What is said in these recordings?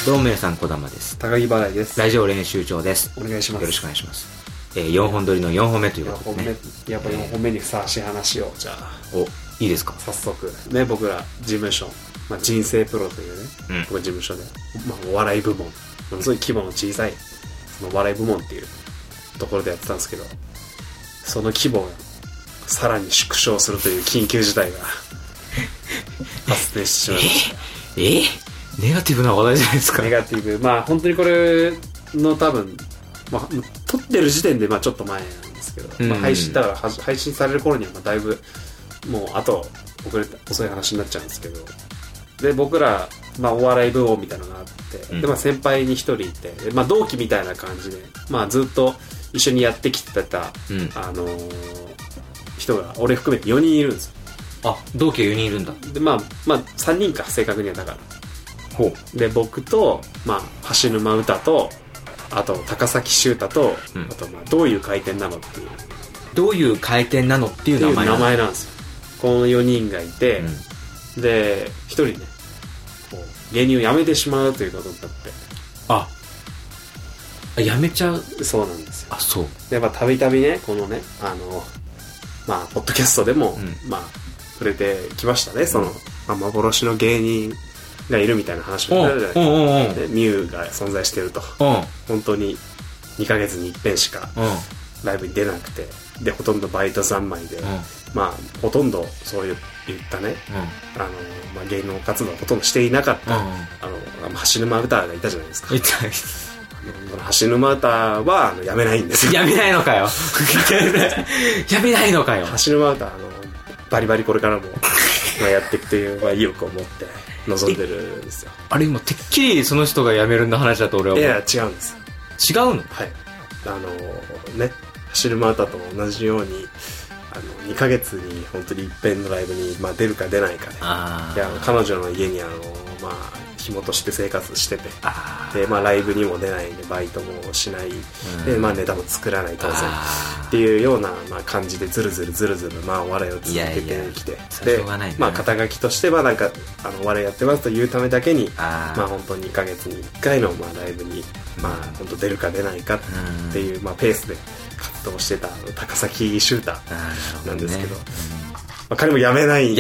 どうも皆さん、小玉です。 高木払いです。 ラジオ練習長です。 お願いします。 よろしくお願いします。4本撮りの4本目ということでね。 やっぱ4本目にふさわしい話を、じゃあ。 お、いいですか。 早速。ね、僕ら事務所、人生プロというね、僕事務所で、お笑い部門、ものすごい規模の小さい、そのお笑い部門っていうところでやってたんですけど、その規模がさらに縮小するという緊急事態が発生してしまいました。 ネガティブな話題じゃないですか。 ネガティブ。本当にこれの多分、撮ってる時点でちょっと前なんですけど、配信される頃にはだいぶもうあと遅い話になっちゃうんですけど、で僕ら、お笑い部門みたいなのがあって、で先輩に一人いて、同期みたいな感じで、ずっと一緒にやってきてた、人が俺含めて4人いるんですよ。 あ、同期が4人いるんだ。 で3人か、正確には。だからで僕と、橋沼歌と、あと高崎修太と、あとどういう回転なのっていう、 どういう回転なのっていう名前なんですよ。この4人がいて、で1人ね、芸人を辞めてしまうということになって。 辞めちゃう。 そうなんですよ。 あ、そう。 やっぱたびたびね、このね、ポッドキャストでも、触れてきましたね。その、幻の芸人がいるみたいな話をしたじゃないですか。ミュウが存在してると。本当に2ヶ月に一遍しかライブに出なくて、でほとんどバイト三昧で、ほとんどそういったね、芸能活動をほとんどしていなかった、橋沼歌がいたじゃないですか。橋沼歌は辞めないんですよ。 辞めないのかよ。辞めないのかよ。 橋沼歌バリバリこれからもやっていくという意欲を持って望んでるんですよ。 あれ今てっきりその人が辞めるんだ話だと俺は思う。 いや違うんです。 違うの？ はい。橋沼歌と同じように2ヶ月に本当に一遍のライブに出るか出ないかで、彼女の家に紐として生活してて、でライブにも出ないんでバイトもしない、でネタも作らない当然っていうような感じでずるずるお笑いを続けてきて、で肩書きとしてお笑いやってますというためだけに本当に2ヶ月に1回のライブに本当出るか出ないかっていうペースで活動してた高崎修太なんですけど、彼も辞めないの？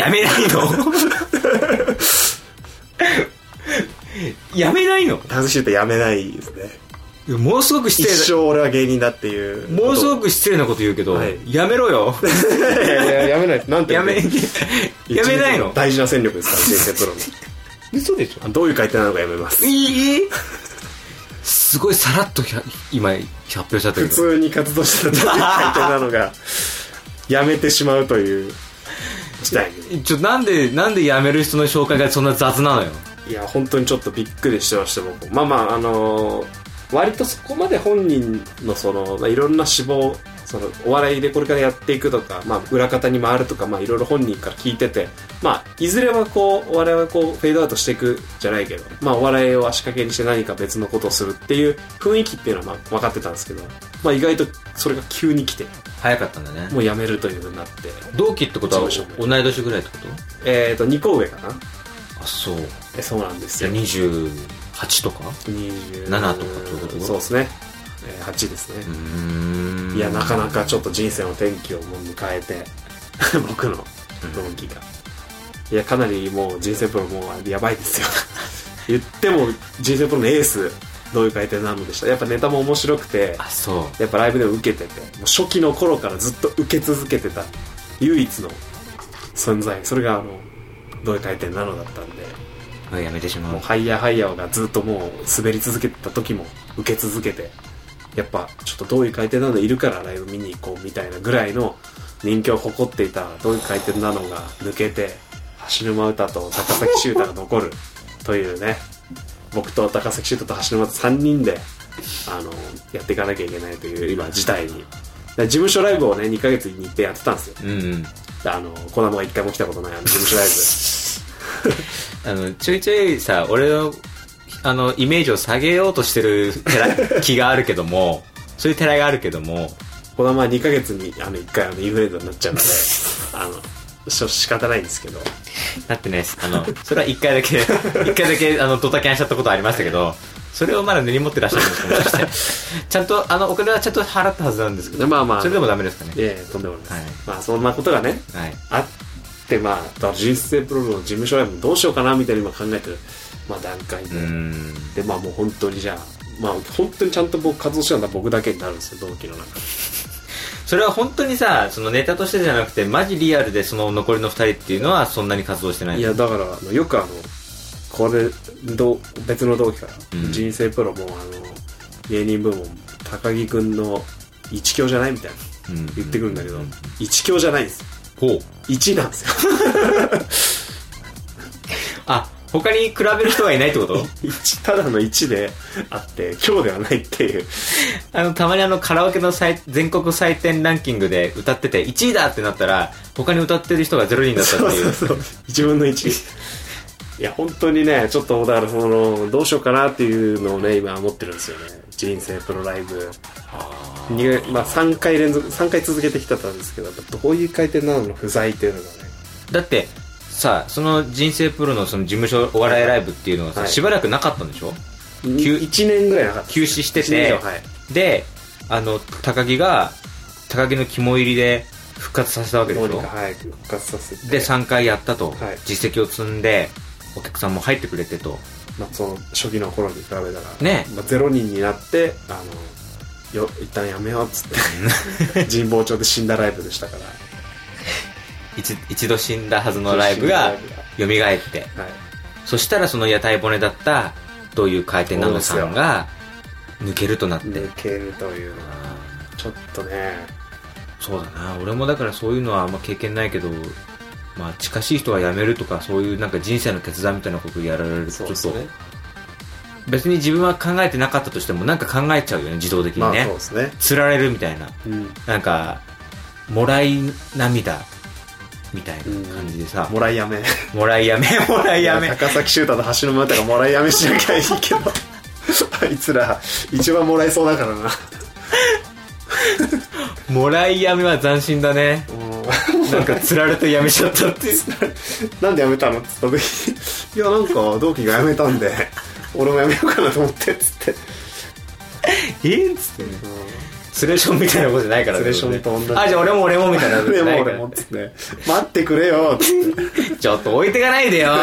やめないの？ 高崎修太辞めないですね。 ものすごく失礼。 一生俺は芸人だっていう。 ものすごく失礼なこと言うけど、やめろよ。 いややめない。なんてやめないの？ 大事な戦力ですから、人生プロの。 嘘でしょ？ どういう回転なのかやめます。 すごいさらっと今発表しちゃったけど、 普通に活動してたどういう回転なのがやめてしまうという事態に。 なんで辞める人の紹介がそんな雑なのよ。 いや本当にちょっとびっくりしてました僕。割とそこまで本人のいろんな志望、お笑いでこれからやっていくとか、裏方に回るとか、いろいろ本人から聞いてて、いずれはお笑いはフェードアウトしていくじゃないけど、お笑いを足掛けにして何か別のことをするっていう雰囲気っていうのは分かってたんですけど、意外とそれが急に来て早かったんだね。 もう辞めるという風になって。 同期ってことは同い年ぐらいってこと？ 2個上かな。 あ、そう。 そうなんですよ。 28とか27とかってこと？ そうですね。8ですね。いやなかなかちょっと人生の転機を迎えて僕の同期が、いやかなりもう人生プロもうやばいですよ。言っても人生プロのエースどういう回転なのでした。やっぱネタも面白くて、やっぱライブでも受けてて、もう初期の頃からずっと受け続けてた唯一の存在、それがどういう回転なのだったんで、 やめてしまう。 もうハイヤーハイヤーがずっともう滑り続けてた時も受け続けて、やっぱちょっとどういう回転なのいるからライブ見に行こうみたいなぐらいの人気を誇っていたどういう回転なのが抜けて、橋沼歌と高崎修太が残るというね、僕と高崎修太と橋沼歌3人でやっていかなきゃいけないという今事態に。事務所ライブをね2ヶ月に1遍やってたんですよ。小玉が1回も来たことない事務所ライブ。 ちょいちょいさ、俺のイメージを下げようとしてる気があるけども、そういう寺があるけども、 小玉は2ヶ月に1回インフルエンザになっちゃうので仕方ないんですけど。 だってね、それは一回だけドタキャンしちゃったことありましたけど、それをまだ根に持ってらっしゃるんですか、もしかしてちゃんとお金はちゃんと払ったはずなんですけど、 まあまあそれでもダメですかね。 とんでもないです、はい、まあそんなことがね、はい、あってまあ人生プロの事務所ライブどうしようかなみたいに今考えてる、まあ、段階でまあもう本当にじゃあまあ本当にちゃんと僕活動してたんだ僕だけになるんですよ、同期の中で。 それは本当にさ、そのネタとしてじゃなくてマジリアルでその残りの2人っていうのはそんなに活動してない？ いやだからよくこれ別の同期から、人生プロも芸人部門高木くんの一強じゃないみたいな、言ってくるんだけど、一強じゃないんですよ。 ほう。 1なんですよ。 あ、他に比べる人がいないってこと？ ただの1であって今日ではないっていう。 たまにカラオケの全国採点ランキングで歌ってて1位だってなったら他に歌ってる人が0人だったっていう。 そう1分の1。いや本当にね、ちょっとだからどうしようかなっていうのをね今思ってるんですよね。人生プロライブまあ3回続けてきたんですけど、どういう回転なの不在っていうのがね。だってさ、その人生プロのその事務所お笑いライブっていうのはさ、はい、しばらくなかったんでしょ ？1年ぐらいなかった。 休止してて、はい、で高木の肝入りで復活させたわけでしょ？ はい、復活させてで3回やったと、 はい、 実績を積んでお客さんも入ってくれてと、 まあ、その初期の頃に比べたらね、 まあ、0人になって一旦やめようっつって神保町で死んだライブでしたから一度死んだはずのライブが蘇って、はい、そしたらその屋台骨だったどういう回転なのさんが抜けるとなって、 抜けるというのはちょっとね。 そうだな、俺もだからそういうのはあんま経験ないけど、まあ近しい人は辞めるとかそういうなんか人生の決断みたいなことをやられるとちょっと、ね、別に自分は考えてなかったとしてもなんか考えちゃうよね、自動的にね。 まあそうですね、 釣られるみたいな、なんかもらい涙みたいな感じでさ、 もらいやめ高崎修太と橋の又がもらいやめしなきゃいいけどあいつら一番もらえそうだからなもらいやめは斬新だね。なんか釣られてやめちゃったってなんでやめたのっつった時いやなんか同期がやめたんで俺もやめようかなと思ってっつってっつってね、ツレションみたいなことじゃないからね。 ツレションと同じ。 あ、じゃあ俺もみたいなことじゃないから。 俺もっつって待ってくれよっつってちょっと置いてかないでよ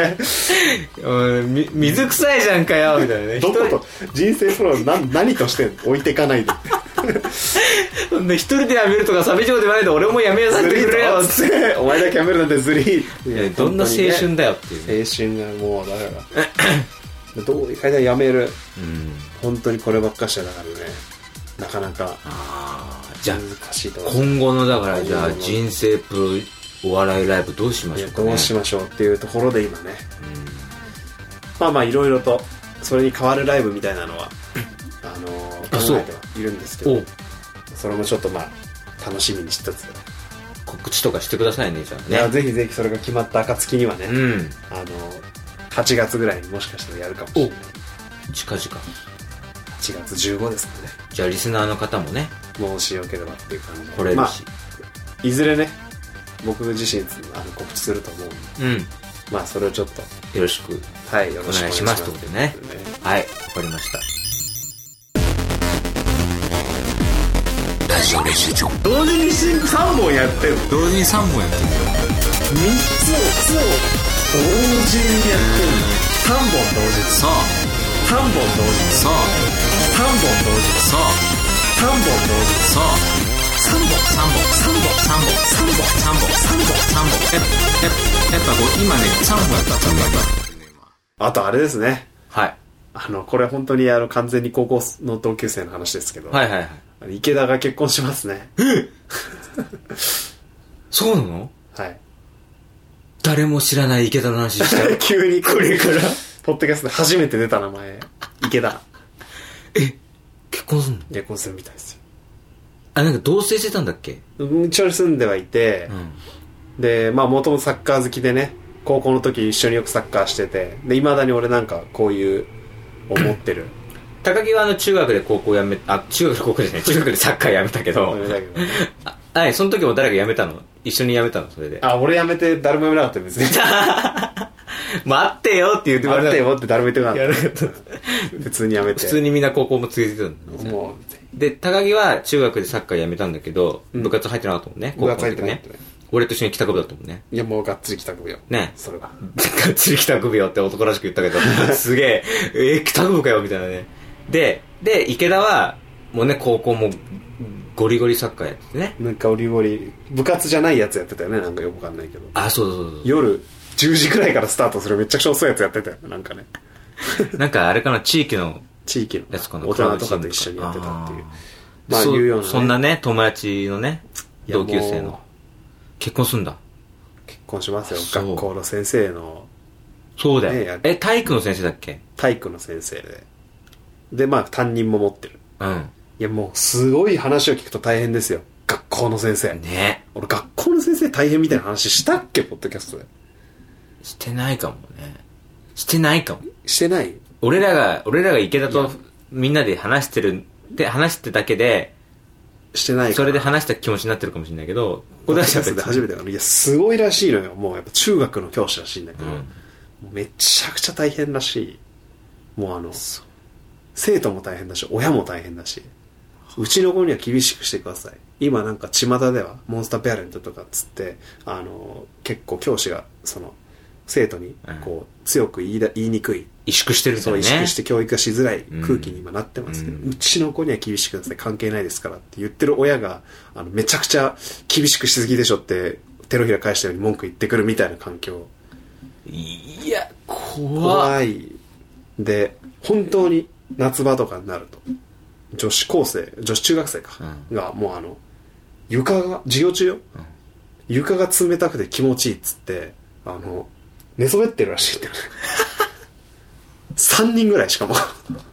水臭いじゃんかよみたいなね。 どこと人生プロ何として置いてかないで一人でやめるとかサビ上で言わないで俺もやめさせてくれよってお前だけやめるなんてずりー。 どんな青春だよっていう、 ね、青春がもうだからどういう階段やめる、本当にこればっかしだからね、なかなかじゃあ難しいと思う。今後のだからじゃあ人生プロお笑いライブどうしましょうかね。 どうしましょうっていうところで今ね、まあまあいろいろとそれに変わるライブみたいなのは考えてはいるんですけど、それもちょっとまあ楽しみにしつつ告知とかしてくださいね。じゃあね、 いやぜひぜひそれが決まった暁にはね、8月ぐらいにもしかしたらやるかもしれない。 近々 8月15ですかね。 じゃあリスナーの方もね、 もしよければっていう感じで来れるし、 まあ、いずれね僕自身告知すると思うんで、まあそれをちょっとよろしくお願いしますってことでね。はい、わかりました。ラジオ練習場同時に3本やってる。 同時に3本やってる。 3つを同時にやってる。3本同時。 そう 3本同時。 そう 3本同時。 そう 3本同時。 そう3本やっぱ今ね3本やったあとあれですね。 はい。 これ本当に完全に高校の同級生の話ですけど、 はいはいはい。 池田が結婚しますね。 そうなの？ はい。 誰も知らない池田の話した。 急にこれからポッドキャストで初めて出た名前池田。 結婚するの？ 結婚するみたいですよ。 なんか同棲してたんだっけ？ 一緒に住んではいて、でまあもともとサッカー好きでね、高校の時一緒によくサッカーしてて、で未だに俺なんかこういう思ってる高木は中学で高校やめ中学で高校じゃない中学でサッカーやめたけどはい、その時も誰か辞めたの？一緒に辞めたの？それで。 俺辞めて誰も辞めなかったよ別に。 待ってよって言って待ってよって誰も言ってなかった。普通に辞めて。 普通にみんな高校も続いてたんだ。もう。で、高木は中学でサッカー辞めたんだけど、部活入ってなかったもんね。 部活入ってない。 俺と一緒に帰宅部だったもんね。 いや、もうがっつり帰宅部よ。 ね。 それが。 がっつり帰宅部よって男らしく言ったけど、すげえ、帰宅部かよみたいなね。で、池田は、もうね、高校もゴリゴリサッカーやっててね。 なんかゴリゴリ、部活じゃないやつやってたよね、なんかよくわかんないけど。 そう。 夜10時くらいからスタートするめちゃくちゃ遅いやつやってたよね、なんかね。 なんかあれかな、地域のやつかな、大人とかと一緒にやってたっていう。まあいうような、ね。そんなね、友達のね、同級生の。結婚すんだ。 結婚しますよ、学校の先生の。 そうだよ。体育の先生だっけ？ 体育の先生で。で、まあ担任も持ってる。 うん。 いやもうすごい話を聞くと大変ですよ。学校の先生。 ね。 俺学校の先生大変みたいな話したっけポッドキャストで。 してないかもね。してないかも。 してない？ 俺らが池田とみんなで話してだけで、 してないから。 それで話した気持ちになってるかもしれないけど、 ポッドキャストで初めていや、すごいらしいのよ。もうやっぱ中学の教師らしいんだけど、もうめちゃくちゃ大変らしい。もう生徒も大変だし、親も大変だし、うちの子には厳しくしてください。今なんか巷ではモンスターペアレントとかっつって結構教師が生徒にこう強く言いにくい、 萎縮してるみたいなね。 萎縮して教育がしづらい空気に今なってますけど、うちの子には厳しくください、関係ないですからって言ってる親がめちゃくちゃ厳しくしすぎでしょって手のひら返したように文句言ってくるみたいな環境。 いや怖い。で本当に夏場とかになると女子中学生か、がもう床が授業中よ、床が冷たくて気持ちいいっつって寝そべってるらしいんだよね。3人ぐらいしかも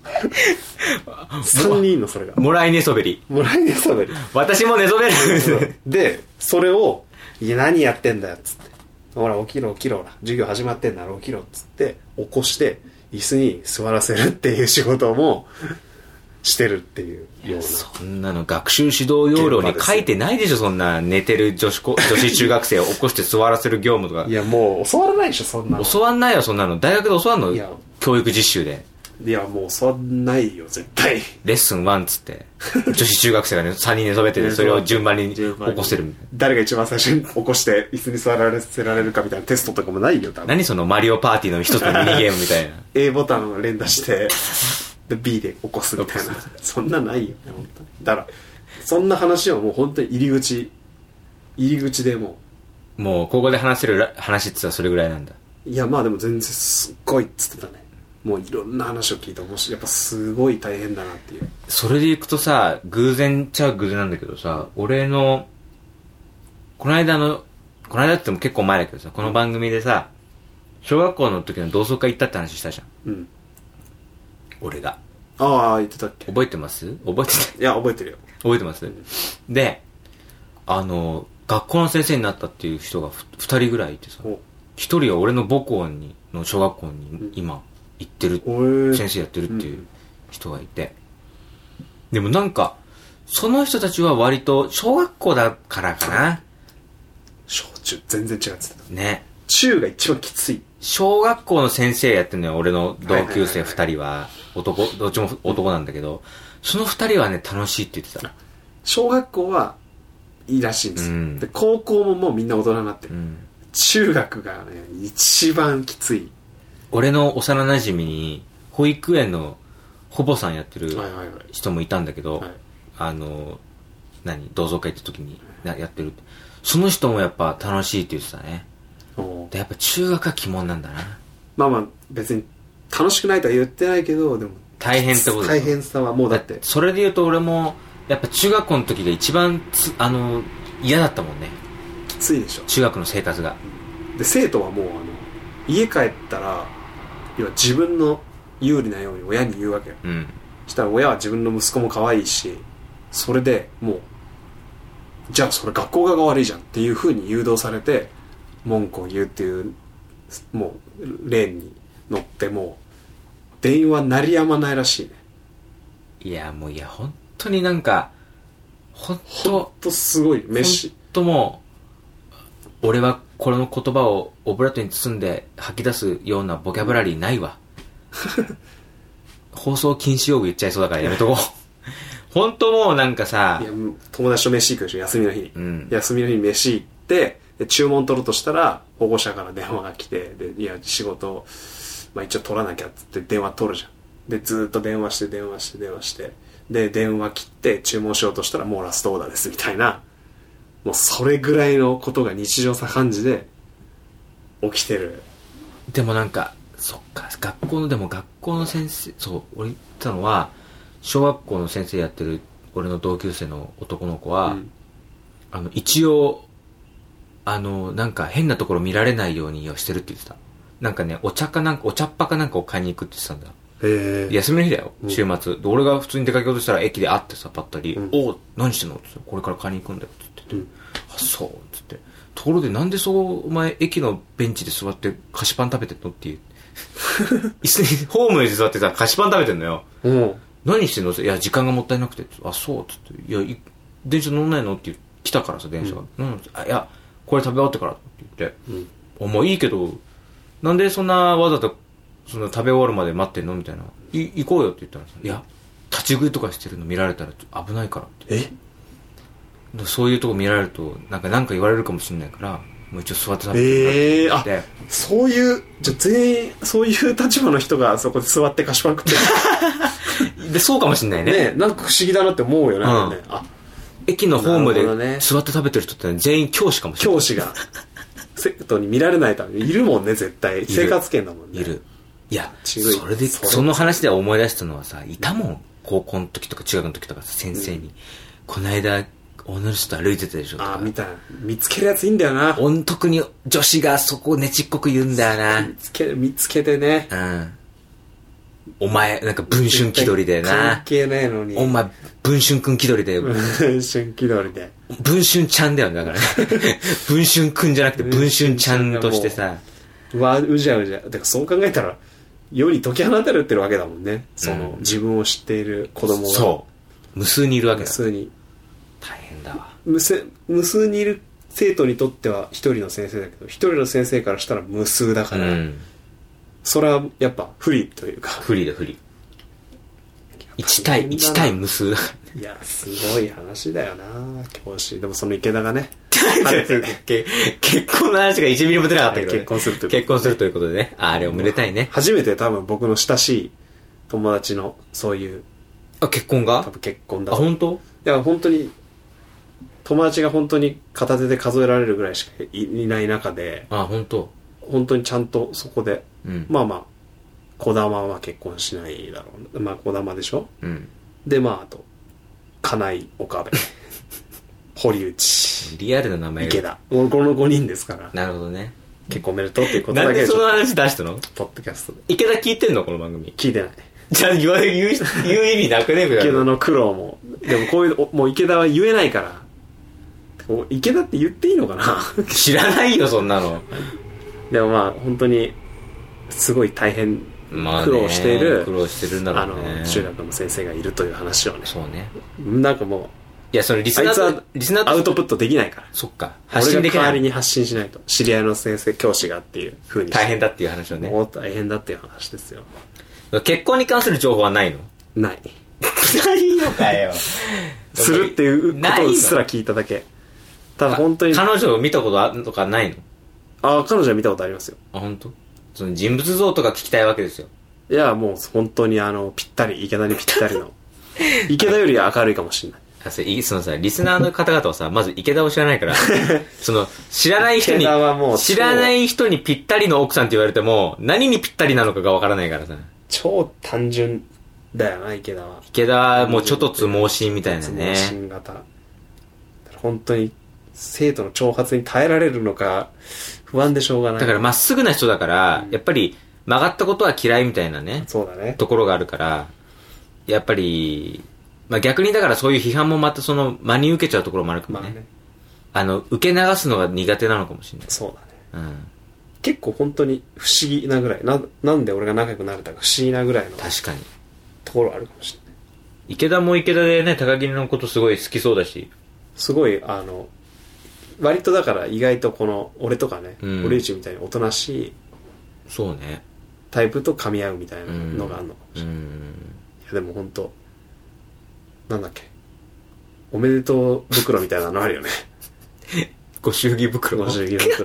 3人のそれがもらい寝そべり私も寝そべるでそれをいや何やってんだよっつって、ほら起きろ授業始まってんだろ起きろっつって起こして椅子に座らせるっていう仕事もしてるっていうような。 そんなの学習指導要領に書いてないでしょ。そんな寝てる女子中学生を起こして座らせる業務とか。 いやもう教わらないでしょそんなの。 教わんないよそんなの。大学で教わんの？教育実習で。 いやもう教わんないよ絶対。 レッスン1っつって女子中学生がね3人寝そべっててそれを順番に起こせる。 誰が一番最初に起こして椅子に座らせられるかみたいなテストとかもないよ多分。 何そのマリオパーティーの一つのミニゲームみたいな。 A ボタンを連打してで B で起こすみたいな。そんなないよね本当に。だからそんな話はもう本当に入り口でもうここで話せる話って言ったらそれぐらいなんだ。 いやまあでも全然すっごいっつってたね。もういろんな話を聞いてやっぱすごい大変だなっていう。 それでいくとさ、偶然っちゃ偶然なんだけどさ、俺のこの間って言っても結構前だけどさ、この番組でさ、小学校の時の同窓会行ったって話したじゃん。うん。俺が。 ああ言ってたっけ。 覚えてます？覚えてた？ いや覚えてるよ。 覚えてます？で、学校の先生になったっていう人が2人ぐらいいてさ、1人は俺の母校の小学校に今行ってる、先生やってるっていう人がいて、でもなんかその人たちは割と小学校だからかな。 小中全然違ってたね。 中が一番きつい。 小学校の先生やってるのよ俺の同級生2人は男、どっちも男なんだけど、その2人はね楽しいって言ってた。 小学校はいいらしいんですよ、で高校ももうみんな大人になってる、中学がね一番きつい。 俺の幼馴染に保育園の保母さんやってる人もいたんだけど、同窓会って時にやってるって、その人もやっぱ楽しいって言ってたね。でやっぱ中学は鬼門なんだな。まあ別に楽しくないとは言ってないけど、でも大変ってこと大変さはもうだってそれで言うと俺もやっぱ中学校の時が一番嫌だったもんね。 きついでしょ中学の生活が。 で生徒はもう家帰ったら要は自分の有利なように親に言うわけよ、したら親は自分の息子も可愛いし、それでもうじゃあそれ学校側が悪いじゃんっていう風に誘導されて文句を言うっていうもう例に乗ってもう電話鳴りやまないらしいね。 いやもう本当になんかほんとすごい飯。 ほんともう、俺はこの言葉をオブラートに包んで吐き出すようなボキャブラリーないわ。放送禁止用語言っちゃいそうだからやめとこう。本当もうなんかさ、 いや友達と飯行くでしょ、休みの日に、 うん、 休みの日に飯行ってで注文取ろうとしたら保護者から電話が来て、でいや仕事、まあ、一応取らなきゃっつって電話取るじゃん。でずーっと電話してで電話切って注文しようとしたらもうラストオーダーですみたいな、もうそれぐらいのことが日常茶飯事で起きてる。 でもなんかそっか、学校の先生、そう俺言ったのは小学校の先生やってる俺の同級生の男の子は、うん、一応なんか変なところ見られないようにはしてるって言ってた。なんかね、お茶っ葉かなんかを買いに行くって言ってたんだ。休みの日だよ、週末、で俺が普通に出かけようとしたら駅で会ってさ、ぱったり、おう何してんのって言って、これから買いに行くんだよって言ってて、あ、そうっつって、ところでなんでそうお前駅のベンチで座って菓子パン食べてんのっていう椅子にホームで座ってさ菓子パン食べてんのよ。何してんのって、いや時間がもったいなくて、あ、そうっつって、いや電車乗んないのって来たからさ電車が、あ、いやこれ食べ終わってからって言って、あ、もういいけどなんでそんなわざとその食べ終わるまで待ってんのみたいな、行こうよって言ったらさ、いや立ち食いとかしてるの見られたら危ないからって。そういうとこ見られるとなんか言われるかもしれないから、もう一応座って食べてるってあ、そういうじゃ全員そういう立場の人がそこで座って菓子パン食ってるで、そうかもしれない ね。 なんか不思議だなって思うよね、 あ、駅のホームで座って食べてる人って全員教師かもしれない。 教師が生徒に見られないためにいるもんね、絶対生活圏だもんね。 いる。いや、それでその話で思い出したのはさ、いたもん、高校の時とか中学の時とか先生に、この間女の人と歩いてたでしょとか、 見つけるやついいんだよな。 特に女子がそこをねちっこく言うんだよな。 見つけてね、 お前なんか文春気取りでな、 関係ねえのに、 お前文春くん気取りで、 文春気取りで文春ちゃんだよね、だからね文春くんじゃなくて文春ちゃんとしてさ、 うじゃうじゃ。だからそう考えたら世に解き放たれてるわけだもんね、その、自分を知っている子供が。そう無数にいるわけだ。無数に。大変だわ。 無数にいる生徒にとっては一人の先生だけど、一人の先生からしたら無数だから、それはやっぱ不利というか。 不利だ、不利。1対無数だから。 いや、すごい話だよな、教師。でもその池田がね結婚の話が1ミリも出なかったけど、ね、 結婚するということでね。あれおめでたいね。 初めて多分僕の親しい友達のそういう、 結婚が多分結婚だ。 あ、本当？ いや、本当に友達が本当に片手で数えられるぐらいしか いない中で、 本当にちゃんとそこで、まあまあ児玉は結婚しないだろう、まあ児玉でしょ、でまああと金井岡部堀内リアルな名前池田、この5人ですから。 なるほどね。 結婚おめでとうっていうことだけなんでその話出したの？ ポッドキャストで。 池田聞いてんのこの番組？ 聞いてない。 じゃあ言う意味なくね？ 池田の苦労も。でもこういうもう池田は言えないから、池田って言っていいのかな知らないよそんなの。 でもまあ本当にすごい大変苦労している、 苦労してるんだろうね、 中学の先生がいるという話をね。 そうね。 なんかもう、 いや、そのリスナーアウトプットできないから。 そっか。発信できない。 俺が代わりに発信しないと。知り合いの先生、教師がっていう風に。 大変だっていう話をね。 もう大変だっていう話ですよ。 結婚に関する情報はないの？ ない。 ないのかよ。 するっていうことすら聞いただけ。ただ本当に。 彼女を見たことあるとかないの？ 彼女は見たことありますよ。 本当？その人物像とか聞きたいわけですよ。 いや、もう本当にぴったり、池田にぴったりの。池田より明るいかもしれない。 そのさ、リスナーの方々はさ、まず池田を知らないから、その、知らない人にぴったりの奥さんって言われても、何にぴったりなのかがわからないからさ。 超単純だよな、池田は。 池田はもうちょっとつ盲信みたいなね。 盲信型。本当に、生徒の挑発に耐えられるのか、不安でしょうがない。 だからまっすぐな人だから、やっぱり曲がったことは嫌いみたいなね。 そうだね。 ところがあるから、やっぱり、まあ逆にだからそういう批判もまたその真に受けちゃうところもあるかもね。受け流すのが苦手なのかもしれない。 そうだね。結構本当に不思議なぐらい、なんで俺が仲良くなれたか不思議なぐらいの。 確かに。 ところあるかもしれない。 池田も池田でね、高木のことすごい好きそうだし。 すごい、割とだから意外とこの、俺とかね、俺一みたいにおとなしい、 そうね。 タイプと噛み合うみたいなのがあるのかもしれない。いやでも本当なんだっけ。おめでとう袋みたいなのあるよね。 ご祝儀袋。 ご祝儀袋。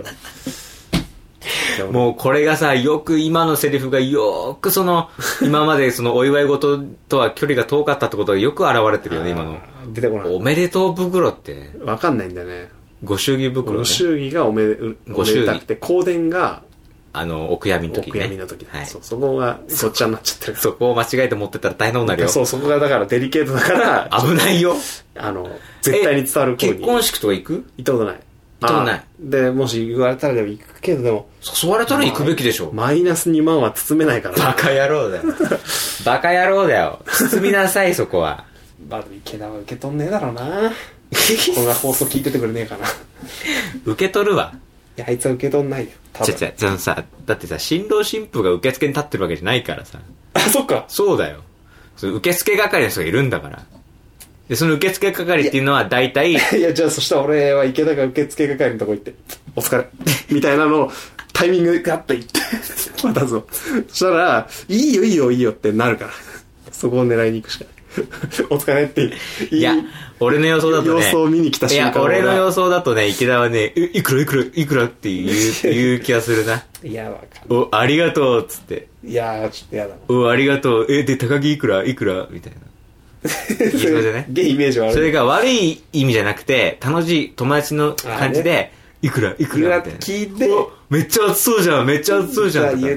もうこれがさ、よく今のセリフがよくその、今までそのお祝い事とは距離が遠かったってことがよく現れてるよね、今の。 出てこない。 おめでとう袋って。 わかんないんだよね。 ご祝儀袋、ね。 ご祝儀がおめでたくて、香典が、 お悔やみの時ね。 お悔やみの時。はい。そう、そこがごっちゃになっちゃってる。 そこを間違えて持ってったら大変なことになるよ。 そう、そこがだからデリケートだから。 危ないよ。 絶対に伝わる声に。結婚式とか行く？ 行ったことない。 行ったことない。 で、もし言われたらでも行くけどでも。 誘われたら行くべきでしょ。 マイナス2万は包めないからバカ野郎だよ。バカ野郎だよ。包みなさい、そこは。 まあ、池田は受け取んねえだろうな。こんな放送聞いててくれねえかな。 受け取るわ。 いや、あいつは受け取んないよ。 じゃさ、だってさ、新郎新婦が受付に立ってるわけじゃないからさ。 あ、そっか。 そうだよ。受付係の人がいるんだから。で、その受付係っていうのは大体。 いや、じゃあそしたら俺は池田が受付係のとこ行って、お疲れ。みたいなのをタイミングガッと言って、渡すぞ。そしたら、いいよいいよいいよってなるから。そこを狙いに行くしかない。お疲れっていや、俺の予想だとね。 予想を見に来た瞬間。 いや、俺の予想だとね、池田はね、いくらって言う気がするな。 いや、わかんない。 お、ありがとうっつって。 いや、ちょっとやだ。 お、ありがとう。で、高木いくらみたいな。言いそうじゃね。 ゲイイメージはある。 それが悪い意味じゃなくて、楽しい友達の感じで、いくらみたいな。 聞いて、 めっちゃ熱そうじゃん。 言って、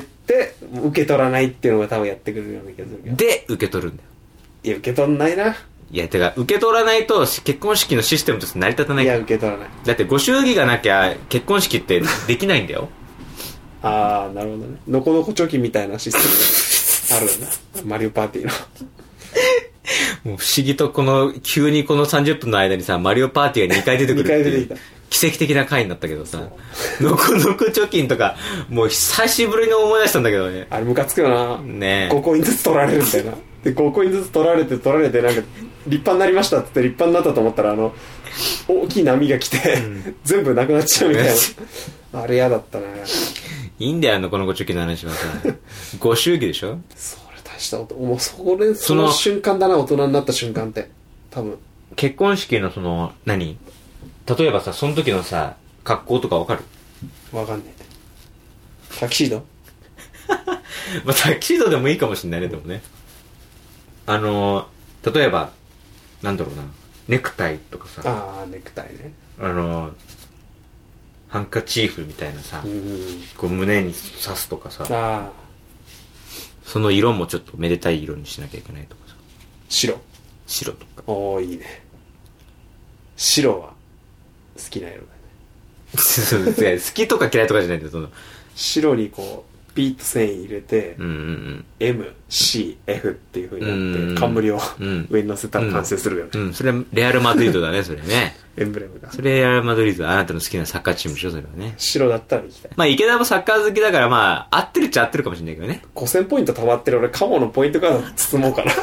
受け取らないっていうのが多分やってくれるような気がするけど。 で、受け取るんだよ。 いや、受け取んないな。 いや、てか、受け取らないと結婚式のシステムとして成り立たないから。 いや、受け取らない。 だってご祝儀がなきゃ結婚式ってできないんだよ。 あー、なるほどね。のこのこ貯金みたいなシステムがあるんだ。マリオパーティーの。 もう不思議と急にこの30分の間にさ、マリオパーティーが2回出てくるっていう。2回出てきた。奇跡的な回になったけどさ、のこのこ貯金とか、もう久しぶりに思い出したんだけどね。 あれムカつくよな。 ねえ。 5コインずつ取られるみたいな。で、5コインずつ取られて、なんか、立派になりましたって言って立派になったと思ったら、大きい波が来て、全部なくなっちゃうみたいな。あれ嫌だったね。 いいんだよ、このこ貯金の話はさ。ご祝儀でしょ？ それ大したこと、もうその瞬間だな、大人になった瞬間って。多分。 結婚式の何？例えばさ、その時のさ、格好とかわかる？ わかんねえ。タキシードまあ、タキシードでもいいかもしんないね、でもね。例えば、なんだろうな、ネクタイとかさ。 ああ、ネクタイね。 ハンカチーフみたいなさ、こう胸に刺すとかさ。 ああ。 その色もちょっとめでたい色にしなきゃいけないとかさ。 白とか。 おー、いいね。白は好きな色だね。 好きとか嫌いとかじゃないんだよ、 白にこうピーッと線入れて、M、C、F っていう風になって冠を上に乗せたら完成するよね。 それレアルマドリードだね、それね。 エンブレムが。 それレアルマドリード、あなたの好きなサッカーチームでしょ、それはね。 白だったら行きたい。 まあ池田もサッカー好きだから、まあ合ってるっちゃ合ってるかもしれないけどね。 5000ポイント溜まってる俺、カモのポイントカード包もうかな。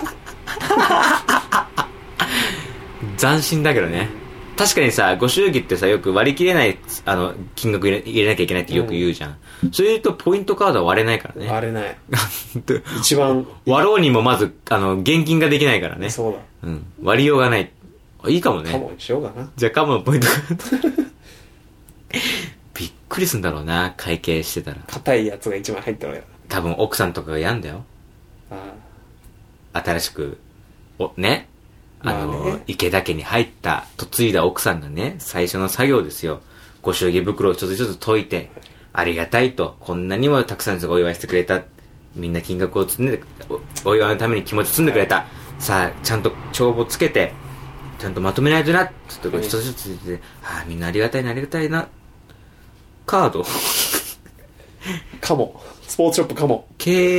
斬新だけどね。確かにさ、ご祝儀ってさ、よく割り切れない、金額入れなきゃいけないってよく言うじゃん。それ言うと、ポイントカードは割れないからね。 割れない。一番。 割ろうにもまず、現金ができないからね。 そうだ。 うん。割りようがない。いいかもね。 カモにしようかな。 じゃあカモのポイントカード。びっくりすんだろうな、会計してたら。 硬いやつが一枚入ってるわよ。 多分奥さんとかがやんだよ。新しく、ね。池田家に入った嫁いだ奥さんがね、最初の作業ですよ。ご祝儀袋を一つ一つ解いて、ありがたいと、こんなにもたくさんの人がお祝いしてくれた。みんな金額を積んで、お祝いのために気持ち積んでくれた。さあ、ちゃんと帳簿つけて、ちゃんとまとめないとな、ちょっと一つ一つ言って、みんなありがたいな、ありがたいな。カードカモ。スポーツショップカモ。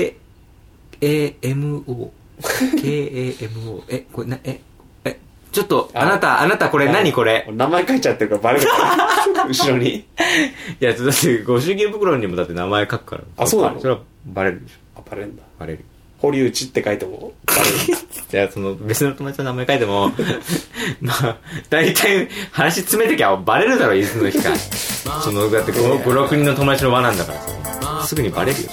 K-A-M-O。K-A-M-O。これちょっと、あなたこれ何これ名前書いちゃってるからバレるから後ろに。 いや、だって、ご祝儀袋にもだって名前書くから。 あ、そうなの？ それはバレるでしょ。 バレるんだ。 バレる。 堀内って書いてもバレる。 じゃあその別の友達の名前書いてもまあ大体話詰めてきゃバレるだろ、いつの日か。そのだって5、6人の友達の輪なんだからさ、すぐにバレるよ。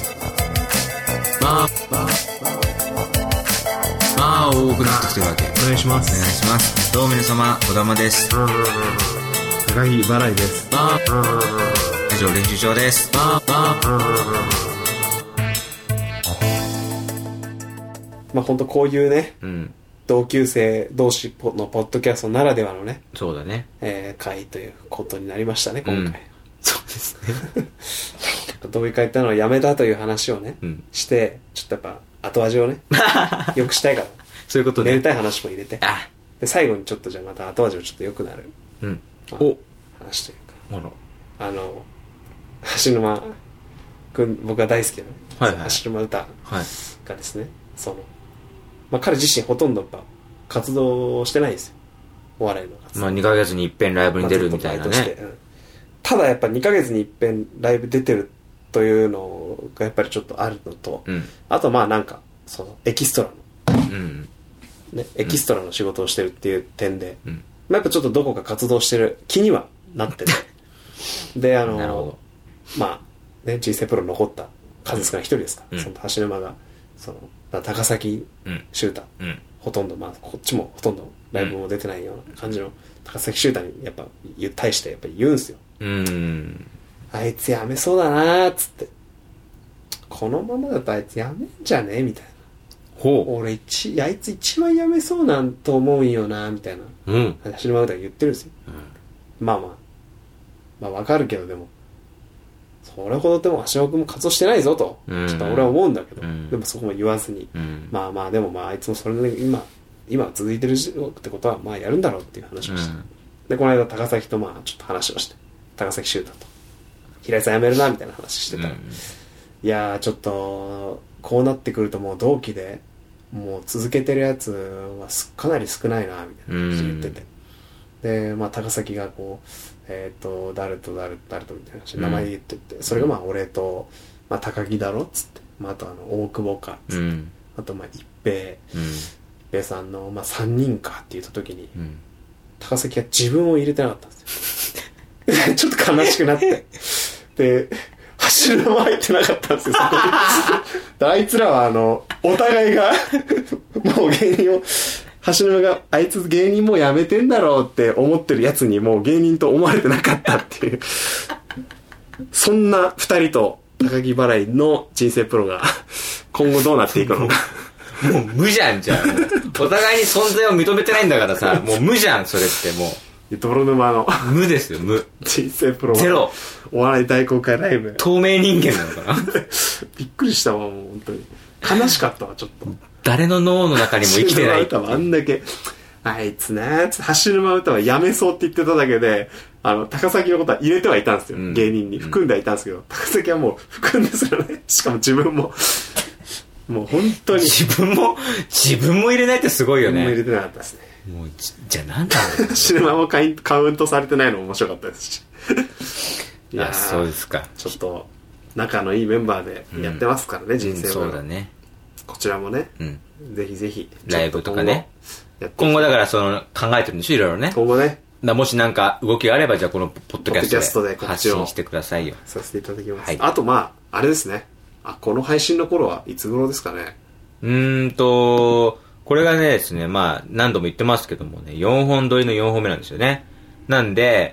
多くなってきてるわけ。 お願いします。 お願いします。どうも皆様、小玉です。 高木払いです。 ラジオ練習場です。 まあ本当こういうね、同級生同士のポッドキャストならではのね、 そうだね、 会ということになりましたね、今回。 そうですね。 同意会ってのはやめたという話をね、して、ちょっとやっぱ後味をね、良くしたいから。 そういうことね。 寝りたい話も入れて。で、最後にちょっとじゃあまた後味をちょっと良くなる。話というか。橋沼くん、僕が大好きな、橋沼歌がですね、まあ彼自身ほとんどやっぱ活動してないんですよ。お笑いの活動。 まあ2ヶ月に一遍ライブに出るみたいなね。 ただやっぱ2ヶ月に一遍ライブ出てるというのがやっぱりちょっとあるのと、あとまあなんか、エキストラの、ね、エキストラの仕事をしてるっていう点で、まあやっぱちょっとどこか活動してる気にはなってる。で、まあ、ね、人生プロ残った数少ない一人ですから、その橋沼が、高崎シューター、ほとんど、まあ、こっちもほとんどライブも出てないような感じの高崎シューターにやっぱ対してやっぱ言うんすよ。あいつやめそうだなーっつって。このままだとあいつやめんじゃねえみたいな。俺あいつ一番やめそうなんと思うんよなみたいな。橋沼歌が言ってるんですよ。まあわかるけど、でもそれほどでも橋岡君も活動してないぞと、ちょっと俺は思うんだけど、でもそこも言わずに、まあまあでもまああいつもそれで今続いてるってことはまあやるんだろうっていう話をして、でこの間高崎とまあちょっと話をして、高崎修太と平井さん辞めるなみたいな話してたら、いやーちょっとこうなってくるともう同期でもう続けてるやつはかなり少ないなみたいな話言ってて、でまあ高崎がこう誰とみたいな話名前言ってて、それがまあ俺と、まあ、高木だろっつって、まあ、あと大久保かっつって、あとまあ一平、一平さんの、まあ、3人かって言った時に、高崎は自分を入れてなかったんですよ。ちょっと悲しくなってで走るのも入ってなかったんですよ、そこで。あいつらはお互いがもう芸人を橋沼があいつ芸人もうやめてんだろうって思ってるやつにもう芸人と思われてなかったっていうそんな二人と高木払いの人生プロが今後どうなっていくのか。 もう無じゃんじゃん。お互いに存在を認めてないんだからさ、もう無じゃんそれってもう。 泥沼の無ですよ、無。 人生プロゼロ。 お笑い大公開ライブ。 透明人間なのかな。 びっくりしたわ、もう本当に。悲しかったわ、ちょっと。 誰の脳の中にも生きてないっていう。 あんだけ、あいつな橋沼歌はやめそうって言ってただけで、高崎のことは入れてはいたんですよ、芸人に。含んではいたんですけど、高崎はもう含んですよね。しかも自分も。もう本当に。 自分も入れないってすごいよね。 自分も入れてなかったですね。 もう、じゃあなんだろう。 橋沼もカウントされてないのも面白かったですし。 いや、そうですか。 ちょっと、仲のいいメンバーでやってますからね、人生は。 そうだね。 こちらもね、ぜひぜひライブとかね、今後だから考えてるんでしょ、いろいろね。 今後ね、 もしなんか動きがあれば、じゃあこのポッドキャストで発信してくださいよ。 させていただきます。あとまああれですね、この配信の頃はいつ頃ですかね。 これがねですね、まあ何度も言ってますけどもね、4本撮りの4本目なんですよね。なんで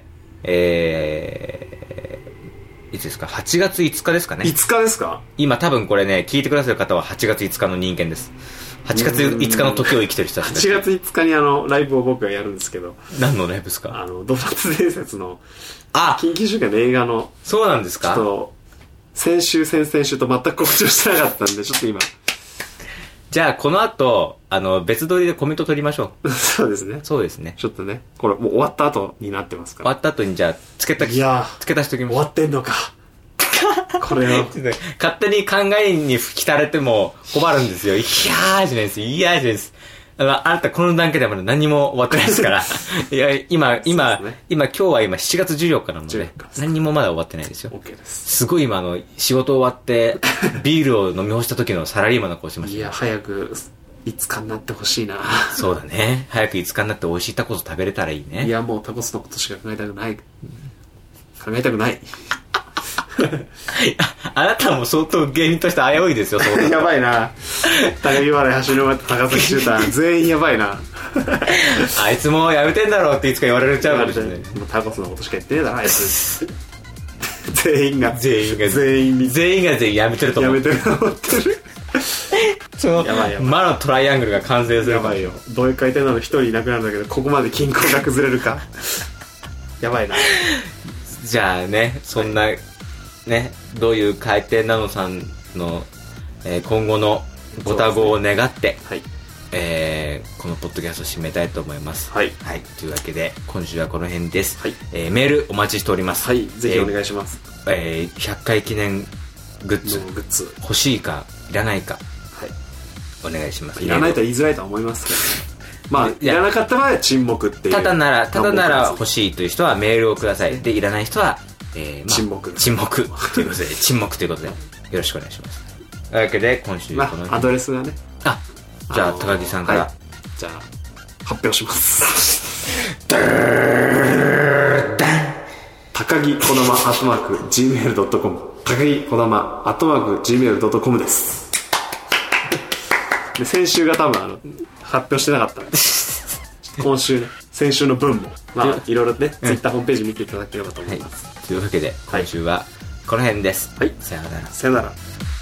いつですか、8月5日ですかね。 5日ですか。 今多分これね、聞いてくださる方は8月5日の人間です。8月5日の時を生きてる人たちです。 8月5日にライブを僕がやるんですけど。 何のライブですか。 ドーナツ伝説の緊急集会の映画の。 そうなんですか。 ちょっと先々週と全く告知をしてなかったんで、ちょっと今じゃあこの後別撮りでコメント取りましょう。 そうですね。 そうですね。 ちょっとね、これもう終わった後になってますから。 終わった後にじゃあ付け足しときましょう。 終わってんのか。これを勝手に考えに吹き垂れても困るんですよ。いやーじゃないです。いやーじゃないです。 あなたこの段階ではまだ何も終わってないですから。いや、今日は7月14日なので、何にもまだ終わってないですよ。 OK です。 すごい今仕事終わって、ビールを飲み干した時のサラリーマンの顔してました。 いや、早く、5日になってほしいな。 そうだね。早く5日になって美味しいタコス食べれたらいいね。 いや、もうタコスのことしか考えたくない。考えたくない。 あなたも相当芸人として危ういですよ。 やばいな。高木原橋の上高崎シューター全員やばいな。 あいつもやめてんだろうっていつか言われちゃうかもしれない。 タコスのことしか言ってねえだろあいつ。全員がやめてると思う。 やめてると思ってる。 その魔のトライアングルが完成する。 やばいよ。どういう回転なの一人いなくなるんだけど、ここまで均衡が崩れるか。やばいな。 じゃあね、そんなね、どういう回転なのさんの、今後のご多忙を願って、はい、このポッドキャストを締めたいと思います。はい、はい、というわけで今週はこの辺です。はい、メールお待ちしております。 はい、ぜひお願いします。 100回記念グッズ欲しいかいらないか、はい、お願いします。 いらないとは言いづらいとは思いますけど、ね、まあいらなかった場合は沈黙っていう。 ただなら欲しいという人はメールをください。でいらない人は沈黙ということで沈黙ということでよろしくお願いします。というわけで今週この、 アドレスがね、 じゃあ高木さんから、はい、 じゃあ発表します。高木こだま@gmail.com 高木こだま@gmail.com です。で先週が多分発表してなかったんで今週ね、先週の分もいろいろね、ツイッターホームページ見ていただければと思います。 はい、というわけで今週はこの辺です。はい、さよなら。 さよなら。